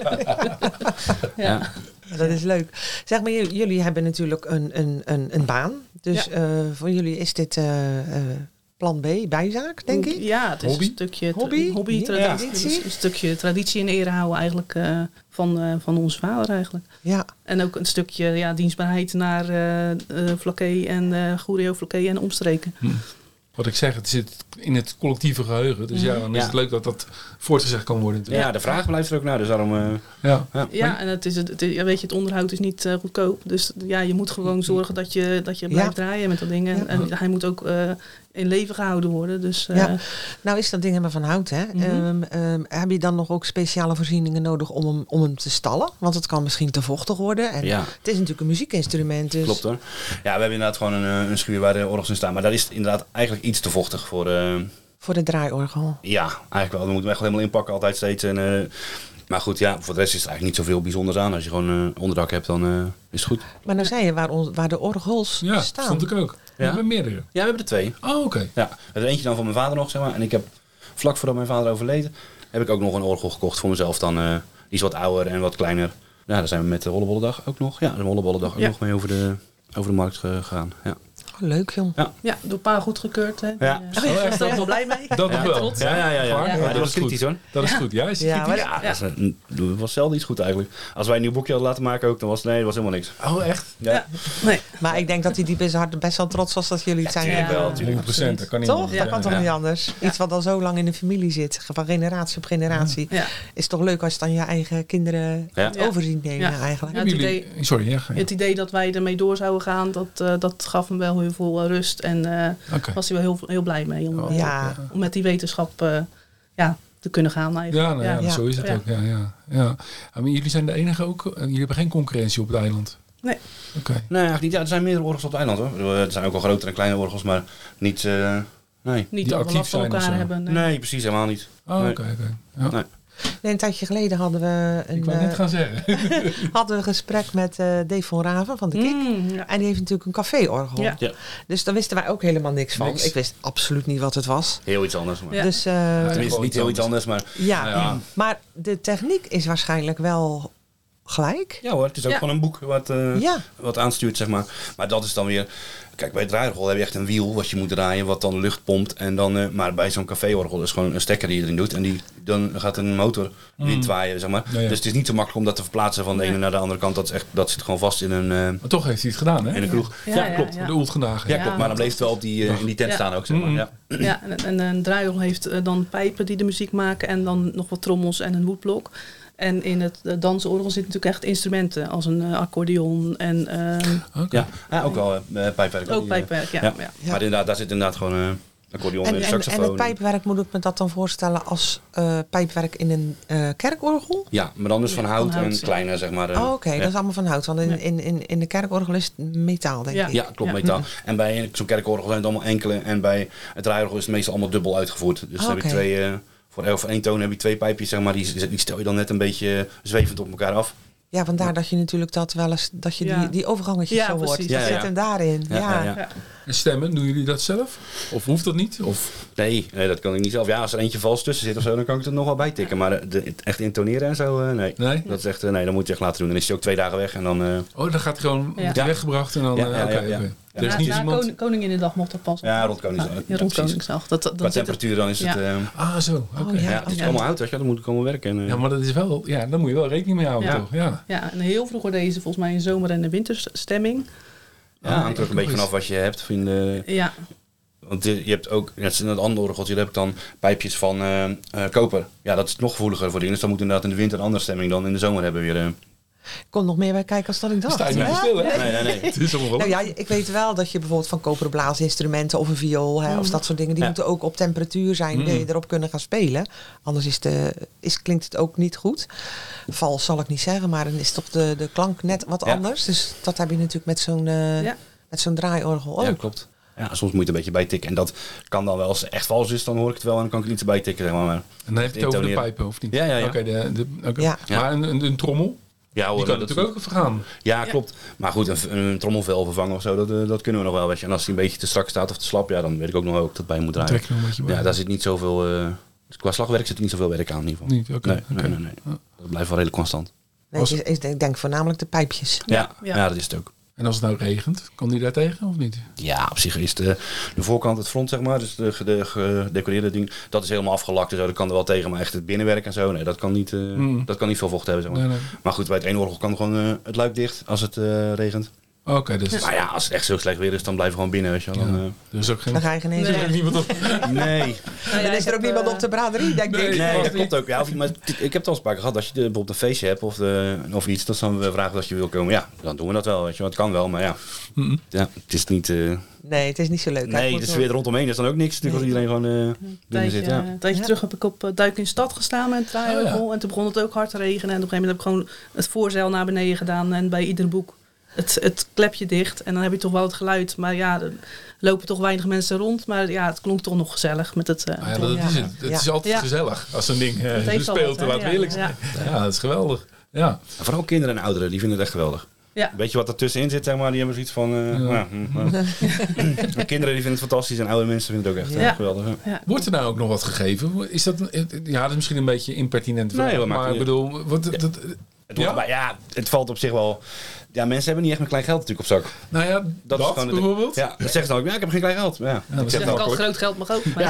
ja. Ja, dat is leuk. Zeg maar, j- jullie hebben natuurlijk een, een, een, een baan. Dus ja. uh, voor jullie is dit uh, uh, plan B, bijzaak, denk ik? Ja, het is hobby? een stukje tra- hobby, hobby ja. traditie. Ja. Een stukje traditie in ere houden eigenlijk uh, van, uh, van onze vader eigenlijk. Ja. En ook een stukje ja, dienstbaarheid naar uh, uh, Vlakke en uh, Goeree Vlakke en omstreken. Hm. Wat ik zeg, het zit in het collectieve geheugen. Dus ja, dan is ja. het leuk dat dat voortgezegd kan worden. Natuurlijk. Ja, de vraag blijft er ook naar. Dus daarom... Uh, ja. Ja. ja, en het is, het, het, weet je, het onderhoud is niet uh, goedkoop. Dus ja, je moet gewoon zorgen dat je, dat je blijft ja. draaien met dat ding. En, ja. en hij moet ook uh, in leven gehouden worden. Dus, uh, ja. Nou is dat ding helemaal van hout, hè? Mm-hmm. Um, um, heb je dan nog ook speciale voorzieningen nodig om hem, om hem te stallen? Want het kan misschien te vochtig worden. En ja. het is natuurlijk een muziekinstrument. Dus... Klopt hoor. Ja, we hebben inderdaad gewoon een, een schuur waar de orgels in staan. Maar daar is het inderdaad eigenlijk iets te vochtig voor... Uh, voor de draaiorgel? Ja, eigenlijk wel. We moeten hem echt helemaal inpakken altijd steeds. En, uh, maar goed, ja, voor de rest is het eigenlijk niet zoveel bijzonders aan. Als je gewoon uh, onderdak hebt, dan uh, is het goed. Maar nou zei je waar, on, waar de orgels ja, staan. Ja, vond ik ook. We ja? hebben meerdere. Ja, we hebben er twee. Oh, oké. Okay. Ja, er is eentje dan van mijn vader nog, zeg maar. En ik heb vlak voordat mijn vader overleden, heb ik ook nog een orgel gekocht voor mezelf dan. Uh, die is wat ouder en wat kleiner. Ja, daar zijn we met de Hollebollendag ook nog. Ja, de Hollebollendag ook ja. nog mee over de, over de markt gegaan. Ja. Oh, leuk, jong. Ja, ja door pa goedgekeurd. Hè? Ja. Die, uh, oh, echt wel blij mee. Dat ja, wel. Ja, ja, ja. ja. ja. ja. ja dat was kritisch hoor. Dat is goed. Ja, is ja, kritisch? Ja, ja. Dat, is, dat was zelden iets goed eigenlijk. Als wij een nieuw boekje hadden laten maken ook, dan was nee, dat was helemaal niks. Oh, echt? Ja. ja. Nee. Maar ik denk dat hij die best, hard, best wel trots was dat jullie het zijn. Ja, wel, honderd procent. Dat kan niet toch? anders. Dat Ja. kan toch ja. niet anders? Ja. Iets wat al zo lang in de familie zit, van generatie op generatie. Ja. Is toch leuk als je dan je eigen kinderen ja. over ziet nemen ja. eigenlijk. Ja, het, idee, Sorry, ja, het idee dat wij ermee door zouden gaan, dat, uh, dat gaf hem wel heel veel uh, rust. En uh, okay. was hij wel heel, heel blij mee om, oh, ja. om met die wetenschap uh, ja, te kunnen gaan. Eigenlijk. Ja, nou, ja, ja, zo is het ja. ook. Ja, ja, ja. Maar jullie zijn de enige ook, jullie hebben geen concurrentie op het eiland? Nee. Okay. Nee, eigenlijk niet. Ja, er zijn meerdere orgels op het eiland hoor. Er zijn ook wel grotere en kleine orgels, maar niet... Uh, nee. Niet dat we last van elkaar hebben. Nee. nee, precies, helemaal niet. Oh, nee. oké, okay, okay. ja. nee. Nee, een tijdje geleden hadden we een, ik wou net gaan zeggen. hadden we een gesprek met uh, Dave van Raven van de Kik. Mm, ja. En die heeft natuurlijk een caféorgel. Ja. Ja. Dus daar wisten wij ook helemaal niks van. Niks. Ik wist absoluut niet wat het was. Heel iets anders. Maar. Ja. Dus, uh, ja, tenminste, niet heel iets anders, maar... Ja, nou ja. maar de techniek is waarschijnlijk wel gelijk. Ja hoor, het is ook ja. gewoon een boek wat, uh, ja. wat aanstuurt, zeg maar. Maar dat is dan weer... Kijk, bij het draaiorgel heb je echt een wiel wat je moet draaien, wat dan lucht pompt. En dan, uh, maar bij zo'n caféorgel is gewoon een stekker die je erin doet. En die, dan gaat een motor mm. windwaaien, zeg maar. Ja, ja. Dus het is niet zo makkelijk om dat te verplaatsen van de ene ja. naar de andere kant. Dat, is echt, dat zit gewoon vast in een... Uh, maar toch heeft hij het gedaan, hè? In een kroeg. Ja, ja, ja klopt. Ja, ja. De oeltgenagen. Ja, ja, klopt. Maar dan bleef het wel op die, uh, in die tent ja. staan ook, zeg maar. Mm. Ja, ja en, en een draaiorgel heeft uh, dan pijpen die de muziek maken. En dan nog wat trommels en een woodblok. En in het uh, dansorgel zitten natuurlijk echt instrumenten als een uh, accordeon en... Uh, okay. ja, ja, ook wel uh, pijpwerk. Ook pijpwerk, ja. ja. ja. ja. Maar inderdaad, daar zit inderdaad gewoon uh, een accordeon En, en, en, saxofoon. en het pijpwerk, moet ik me dat dan voorstellen als uh, pijpwerk in een uh, kerkorgel? Ja, maar dan dus van Ja, hout, van hout, en ja. kleine, zeg maar. Uh, Oh, oké, okay, ja. dat is allemaal van hout. Want in, Ja. in, in, in de kerkorgel is het metaal, denk Ja. ik. Ja, klopt, Ja. metaal. En bij zo'n kerkorgel zijn het allemaal enkele. En bij het draaiorgel is het meestal allemaal dubbel uitgevoerd. Dus dan Oh, heb je oké. twee, uh, voor, voor één toon heb je twee pijpjes, zeg maar. Die, die stel je dan net een beetje zwevend op elkaar af. Ja, vandaar dat je natuurlijk dat wel eens, dat je Ja. die, die overgangetjes Ja, zo hoort. precies. Dat Ja, zit ja. hem daarin. Ja, Ja, ja, ja. Ja. En stemmen, doen jullie dat zelf? Of hoeft dat niet? Of... Nee, nee, dat kan ik niet zelf. Ja, als er eentje vals tussen zit of zo, dan kan ik het er nog wel bij tikken. Maar de, de, het echt intoneren en zo, uh, nee. Nee? Dat is echt, uh, nee, dat moet je echt laten doen. Dan is hij ook twee dagen weg en dan... Uh, Oh, dan gaat hij gewoon Ja. wordt hij weggebracht en dan... Ja, uh, ja, oké, ja, ja. oké. Ja. Er is Na- niet na iemand... Koning- Koninginnedag mocht dat pas. ja, rond Koningsdag. Ja, Ja, rond precies. Koningsdag. Dat, dat, Qua dan zit het- temperatuur dan is het... Ja. Uh, Ah, zo. Oké. Oh, ja. ja, het is Ja. allemaal oud, weet je, dan moet ik allemaal werken. En, uh, Ja, maar dat is wel... Ja, daar moet je wel rekening mee houden, Ja. toch? Ja. Ja, en heel vroeger deden ze volgens mij een zomer- en een winterstemming. ja, hangt er ook een beetje vanaf wat je hebt. In de, Ja, want je je hebt ook, net als in het andere orgeltje, daar heb ik dan pijpjes van uh, uh, koper. Ja, dat is nog gevoeliger voor dingen. Dus dan moet inderdaad in de winter een andere stemming dan in de zomer hebben we weer. Uh, Ik kon nog meer bij kijken als dat ik dacht. Sta je niet Ja? stil, hè? nee, nee, nee. Het is allemaal Nou ja, ik weet wel dat je bijvoorbeeld van koperen blaasinstrumenten of een viool, hè, of dat soort dingen, die Ja. moeten ook op temperatuur zijn, Mm. wil je erop kunnen gaan spelen. Anders is de, is, klinkt het ook niet goed. Vals zal ik niet zeggen, maar dan is toch de, de klank net wat Ja. anders. Dus dat heb je natuurlijk met zo'n uh, Ja. met zo'n draaiorgel ook. Ja, klopt. Ja, soms moet je het een beetje bijtikken. En dat kan dan wel, als het echt vals is, dan hoor ik het wel en dan kan ik er niet erbij tikken. Zeg maar. Maar, En dan heb je het over de Intoneren. pijpen, of niet? Ja, ja, ja. Oké, de, de, oké. Ja. Ja. Maar een, een, een trommel, ja, hoor, die kan dat- natuurlijk ook vergaan. Ja, klopt. Maar goed, een, een trommelvel vervangen of zo, dat, uh, dat kunnen we nog wel. Weet je. En als die een beetje te strak staat of te slap, ja, dan weet ik ook nog wel hoe ik dat bij moet draaien. Trek je nog een beetje bij. Ja, daar zit niet zoveel... Uh, qua slagwerk zit er niet zoveel werk aan in ieder geval. Niet, oké. Nee, oké. nee, nee, nee. Dat blijft wel redelijk constant. Nee, Als- is, is, ik denk voornamelijk de pijpjes. Ja, ja. ja. dat is het ook. En als het nou regent, kan die daar tegen of niet? Ja, op zich is de, de voorkant, het front zeg maar, dus de, de gedecoreerde ding, dat is helemaal afgelakt en zo, dat kan er wel tegen. Maar echt het binnenwerk en zo, nee, dat kan niet, uh, Mm. dat kan niet veel vocht hebben. Zeg maar. Nee, nee. Maar goed, bij het ene orgel kan gewoon uh, het luik dicht als het uh, regent. Oké, dus Maar ja, als het echt zo slecht weer is, dan blijven we gewoon binnen, weet je wel. Dan, uh, er is ook geen... Dan ga je geen eens. Er is ook niemand op... nee. Nou ja, Dan is ik er ook heb, niemand eh, op de braderie, denk Nee. ik. Nee, vast dat niet. klopt ook. Ja, of, maar ik heb het al eens vaker gehad. Als je de, bijvoorbeeld een feestje hebt of, de, of iets, dan dan we vragen dat je wil komen. Ja, dan doen we dat wel. Weet je. Want het kan wel, maar ja. Mm-mm. ja het is niet... Uh, Nee, het is niet zo leuk. nee, Moet de wel- sfeer rondomheen is dan ook niks. Natuurlijk als iedereen gewoon uh, Een binnen tijdje, zit. Ja. een tijdje Ja. terug heb ik op uh, Duik in de Stad gestaan met een draaiorgel. Oh, ja. En toen begon het ook hard te regenen. En op een gegeven moment heb ik gewoon het voorzeil naar beneden gedaan. En bij ieder boek het, het klepje dicht. En dan heb je toch wel het geluid. Maar ja, er lopen toch weinig mensen rond. Maar ja, het klonk toch nog gezellig met het... Uh, Ah ja, dat Ja. is het. Het Ja. is altijd Ja. gezellig als een ding uh, Het heeft al speelt. wat, hè? Laten we Ja. eerlijk zijn. Ja. dat is geweldig. Ja. En vooral kinderen en ouderen, die vinden het echt geweldig. Ja. Weet je wat er tussenin zit, zeg maar? Die hebben zoiets van... Uh, Ja. nou ja, hm, maar- kinderen die vinden het fantastisch en oude mensen vinden het ook echt uh, Ja. geweldig. Ja. Ja. Wordt er nou ook nog wat gegeven? Is dat, ja, dat is misschien een beetje impertinent. Nee, vraag, dat maakt maar ik niet bedoel, wat, dat, dat- Het wordt, Ja? maar ja, het valt op zich wel... Ja, mensen hebben niet echt met klein geld natuurlijk op zak. nou ja, dat, is gewoon de- bijvoorbeeld. Ja, dat zeggen ze dan ook. Ja, ik heb geen klein geld. Maar ja, dat ik is zeg Ja, het ik al had kort. groot geld mag ook. Maar Ja,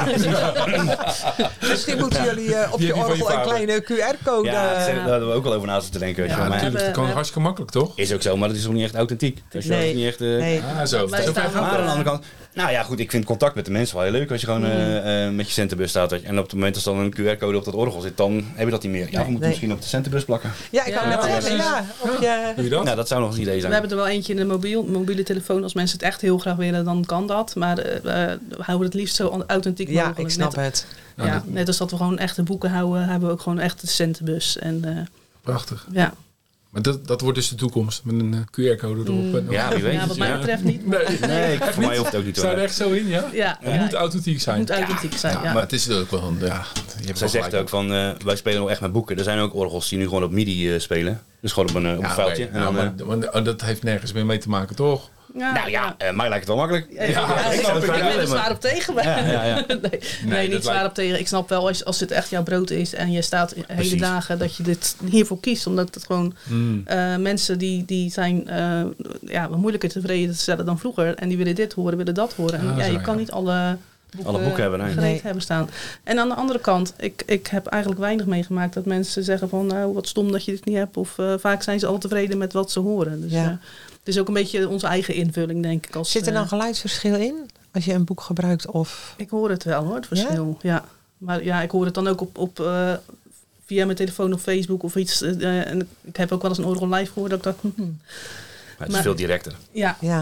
precies. Misschien moeten jullie uh, op Die je heb je van je orgel een vader. kleine Q R-code. Ja, dat uh, zeg- daar hebben we ook wel over na zitten denken. Weet je Ja, wel. Maar natuurlijk. Dat hebben- kan hartstikke makkelijk, toch? is ook zo, maar dat is ook niet echt authentiek. Dus Nee. dat is niet echt... uh, nee. Ah, zo. Wij Zo staan ver gaat ook, Maar het. aan de andere kant, nou ja, goed, ik vind contact met de mensen wel heel leuk als je gewoon uh, uh, met je centenbus staat. weet je. En op het moment als dan een Q R-code op dat orgel zit, dan heb je dat niet meer. Ja, we moeten Nee. misschien op de centenbus plakken. Ja, ik kan Ja, net zeggen, precies. ja. Op je, Doe je dat? Nou, dat zou nog een idee we zijn. hebben er wel eentje in de mobiel, mobiele telefoon. Als mensen het echt heel graag willen, dan kan dat. Maar uh, we houden het liefst zo authentiek ja, mogelijk. ik snap net, het. Ja, Ja, dat- net als dat we gewoon echte boeken houden, hebben we ook gewoon echt de centenbus. En uh, Prachtig. ja. Maar dat, dat wordt dus de toekomst. Met een uh, Q R-code erop. Mm. En dan- Ja, wie weet. ja, wat mij ja. betreft niet. Maar Nee, Nee, ik- voor mij hoeft het ook niet te staat er worden. echt zo in, ja? ja, Het ja, moet authentiek zijn. het moet authentiek zijn. Ja, Ja, maar het is ook wel een... Ja, je hebt Zij wel zegt gelijk. ook van, uh, wij spelen wel echt met boeken. Er zijn ook orgels die nu gewoon op midi uh, spelen. Dus gewoon op een, uh, op een Ja, vuiltje. oké. En Ja, dan, maar, uh, maar dat heeft nergens meer mee te maken, toch? Ja, nou ja, uh, mij lijkt het wel makkelijk. Ja, ja, ja, dat ik, snap ik ik. ben er maar- zwaar op tegen. Maar Ja, ja, ja. nee, nee, dat niet zwaar lijkt- op tegen. Ik snap wel als, als het echt jouw brood is en je staat hele Precies. dagen dat je dit hiervoor kiest. Omdat het gewoon Mm. uh, mensen die, die zijn uh, ja, wat moeilijker tevreden te stellen dan vroeger. En die willen dit horen, willen dat horen. En Ah, ja, zo, je kan ja. niet alle boeken, Alle boeken hebben, nee. gereed Nee. hebben staan. En aan de andere kant, ik, ik heb eigenlijk weinig meegemaakt dat mensen zeggen van nou wat stom dat je dit niet hebt. Of uh, vaak zijn ze al tevreden met wat ze horen. Dus Ja. uh, het is ook een beetje onze eigen invulling, denk ik. Als, Zit er uh, dan geluidsverschil in? Als je een boek gebruikt of... Ik hoor het wel hoor, het verschil. Ja? Ja. Maar ja, ik hoor het dan ook op, op, uh, via mijn telefoon of Facebook of iets. Uh, en ik heb ook wel eens een orgel live gehoord dat ik dacht, hm, hm. Maar het is Maar- veel directer. ja. Ja, Het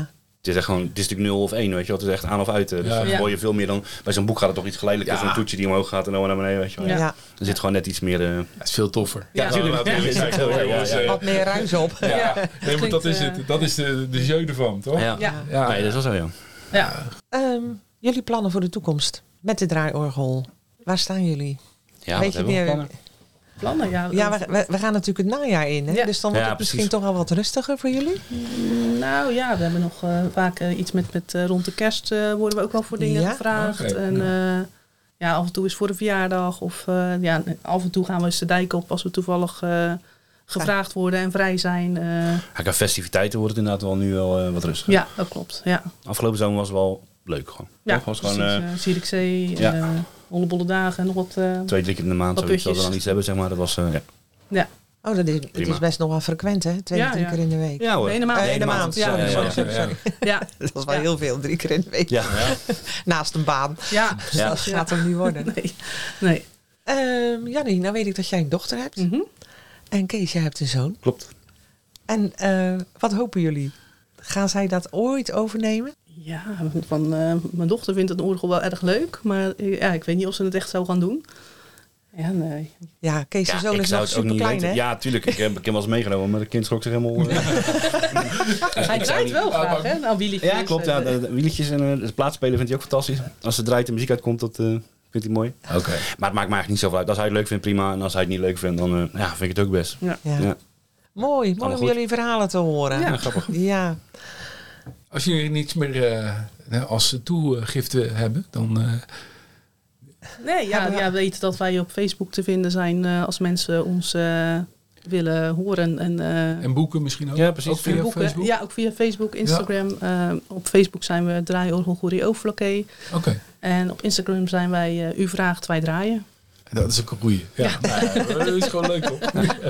Het is echt gewoon, het is natuurlijk nul of één, weet je wel. Het is echt aan of uit. Dus Ja. dan Ja. hoor je veel meer dan... Bij zo'n boek gaat het toch iets geleidelijker. Ja. Zo'n toetje die omhoog gaat en dan naar beneden, weet je wel. Ja. Ja. Er zit gewoon net iets meer... Uh... Dat is veel toffer. Ja, natuurlijk. laten we eerlijk zijn. Ja, ja, ja, ja. Wat meer ruis op. Ja. Ja. Nee, maar dat is Klinkt, het. Dat is de, de jeu ervan, toch? Ja. Ja. Ja. Nee, dat is wel zo, ja. Ja. Ehm, jullie plannen voor de toekomst met de draaiorgel. Waar staan jullie? Ja, Weet wat je hebben we meer- plannen? Plannen, ja. Ja, we, we, we gaan natuurlijk het najaar in. Hè? Ja. Dus dan wordt Ja, het misschien precies. toch al wat rustiger voor jullie. Nou ja, we hebben nog uh, vaak uh, iets met, met uh, rond de kerst uh, worden we ook wel voor dingen Ja? gevraagd. Okay. En uh, ja, af en toe is voor een verjaardag. Of uh, ja, af en toe gaan we eens de dijk op als we toevallig uh, gevraagd worden en vrij zijn. Uh, Ja, qua festiviteiten wordt het inderdaad wel nu wel uh, wat rustiger. ja, dat klopt. Ja, Afgelopen zomer was het wel leuk gewoon. ja Toch? Was gewoon precies. uh, Uh, Zierikzee, ja. uh, Hollebolle dagen en nog wat. Uh, twee, drie keer in de maand. Wat Zoiets dat we putjes. dan iets hebben, zeg maar. Dat was, uh, ja. ja. Oh, dat is, het Prima. is best nog wel frequent, hè? Twee, Ja, drie ja. keer in de week. Ja hoor. Nee, in de maand. Eh, in de Nee, maand. Ja, sorry, ja, sorry, ja, sorry, ja. sorry. Ja, Dat was wel Ja. heel veel, drie keer in de week. Ja. Naast een baan. ja, Dus Ja. dat gaat hem niet worden. nee. nee. Ehm Jannie, nou weet ik dat jij een dochter hebt. Mm-hmm. En Kees, jij hebt een zoon. Klopt. En uh, wat hopen jullie? Gaan zij dat ooit overnemen? Ja, van, uh, mijn dochter vindt het orgel wel erg leuk. Maar uh, ja, ik weet niet of ze het echt zou gaan doen. Ja, nee. Ja, Kees' Ja, zoon ik is zou nog het ook super niet klein, weten. hè? Ja, tuurlijk. Ik heb ik heb hem wel eens meegenomen, maar de kind schrok zich helemaal... Uh, Hij draait wel graag, hè? Nou, wielietjes. ja, klopt. Ja, de, de wieletjes en uh, het plaatspelen vindt hij ook fantastisch. Als ze draait en muziek uitkomt, dat uh, vindt hij mooi. Oké. Okay. Maar het maakt me eigenlijk niet zoveel uit. Als hij het leuk vindt, prima. En als hij het niet leuk vindt, dan uh, ja, vind ik het ook best. Ja. Ja. Ja. Mooi, mooi om goed. jullie verhalen te horen. Ja, grappig. Ja. Als jullie niets meer uh, als toegifte hebben, dan... Uh, Nee, ja, ja, weet dat wij op Facebook te vinden zijn uh, als mensen ons uh, willen horen. En, uh, en boeken misschien ook? Ja, precies. Ook via boeken. Facebook? Ja, ook via Facebook, Instagram. Ja. Uh, op Facebook zijn we Draaiorgel Goeree Overflakkee. Oké. Okay. En op Instagram zijn wij uh, U vraagt, wij draaien. Dat is ook een goeie. Ja, ja. Nou, dat is gewoon leuk, toch?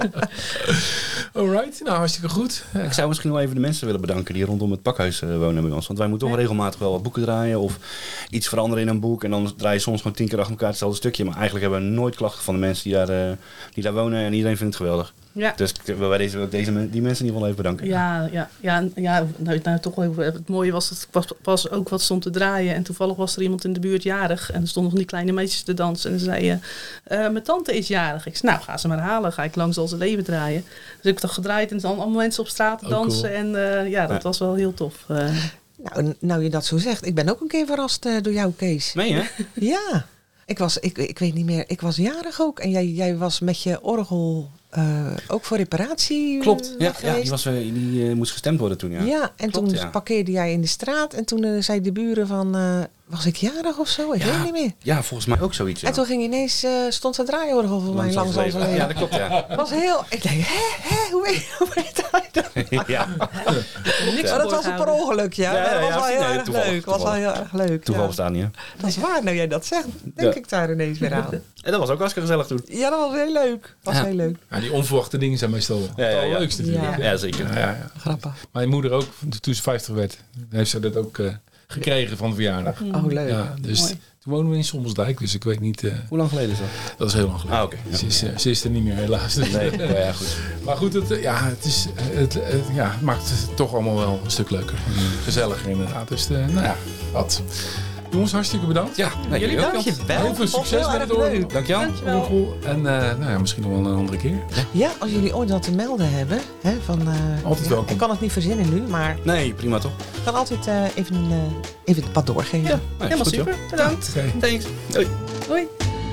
Alright, nou hartstikke goed. Ja. Ik zou misschien wel even de mensen willen bedanken die rondom het pakhuis uh, wonen bij ons. Want wij moeten toch ja. regelmatig wel wat boeken draaien of iets veranderen in een boek. En dan draai je soms gewoon tien keer achter elkaar hetzelfde stukje. Maar eigenlijk hebben we nooit klachten van de mensen die daar, uh, die daar wonen. En iedereen vindt het geweldig. Ja. Dus ik wil bij deze, ook deze, die mensen in ieder geval even bedanken. Ja, ja, ja, ja nou, nou, toch wel, het mooie was dat pas, pas ook wat stond te draaien. En toevallig was er iemand in de buurt jarig. En er stonden nog die kleine meisjes te dansen. En ze zeiden, uh, mijn tante is jarig. Ik zei, nou ga ze maar halen. Ga ik langs al zijn leven draaien. Dus ik heb dat gedraaid en dan allemaal mensen op straat oh, dansen. Cool. En uh, ja, dat ja. was wel heel tof. Uh. Nou, nou je dat zo zegt. Ik ben ook een keer verrast uh, door jou, Kees. Meen je? Ja. Ik was, ik, ik weet niet meer, ik was jarig ook. En jij, jij was met je orgel uh, ook voor reparatie. Klopt, ja, ja, die, was, die uh, moest gestemd worden toen. Ja, ja en Klopt, toen ja. parkeerde jij in de straat. En toen uh, zei de buren van, uh, was ik jarig of zo? Ik ja, weet niet meer. Ja, volgens mij ook zoiets. Ja. En toen ging ineens, uh, stond het draaiorgel voor mij langs al leven. Ja, dat klopt, ja. Het was heel, ik denk, hè, hè, hoe weet, hoe weet hij dat? Ja. Niks maar dat was een per ongeluk, ja. ja, ja dat was ja, wel heel nee, erg toeval, leuk. Dat was wel heel erg leuk. Toeval ja. bestaan niet, hè? Dat is waar, nou jij dat zegt, denk ja. ik daar ineens weer aan. En dat was ook hartstikke gezellig toen. Ja, dat was heel leuk. Dat was ja. heel leuk. Ja, die onverwachte dingen zijn meestal ja, ja, ja. het allerleukste natuurlijk. Ja, ja zeker. Ja, ja. Grappig. Mijn moeder ook, toen ze vijftig werd, heeft ze dat ook uh, gekregen van de verjaardag. Oh, leuk. Ja, dus Mooi. toen wonen we in Sommelsdijk, dus ik weet niet... Uh, Hoe lang geleden is dat? Dat is heel lang geleden. Ah, oké. Okay. Ja. Ze, is, uh, ze is er niet meer, helaas. Nee, oh, ja, goed. Maar goed, het, ja, het, is, het, het, ja, het maakt het toch allemaal wel een stuk leuker. Gezelliger inderdaad. Dus uh, nou ja, wat. Jongens, hartstikke bedankt. Ja, nee, jullie dank je wel. Heel veel succes met het oor. Dankjewel. Dankjewel. En uh, nou ja, misschien nog wel een andere keer. Ja, als jullie ooit wat te melden hebben. Hè, van, uh, altijd ja, welkom. Ik kan het niet verzinnen nu, maar... Nee, prima toch? Ik kan altijd uh, even, uh, even wat doorgeven. Ja, nee, helemaal goed, super. Joh. Bedankt. Okay. Thanks. Doei. Doei.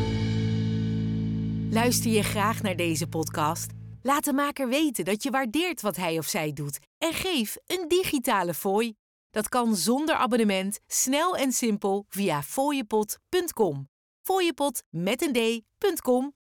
Luister je graag naar deze podcast? Laat de maker weten dat je waardeert wat hij of zij doet. En geef een digitale fooi. Dat kan zonder abonnement, snel en simpel via fooiepot punt com. Fooiepot met een d punt com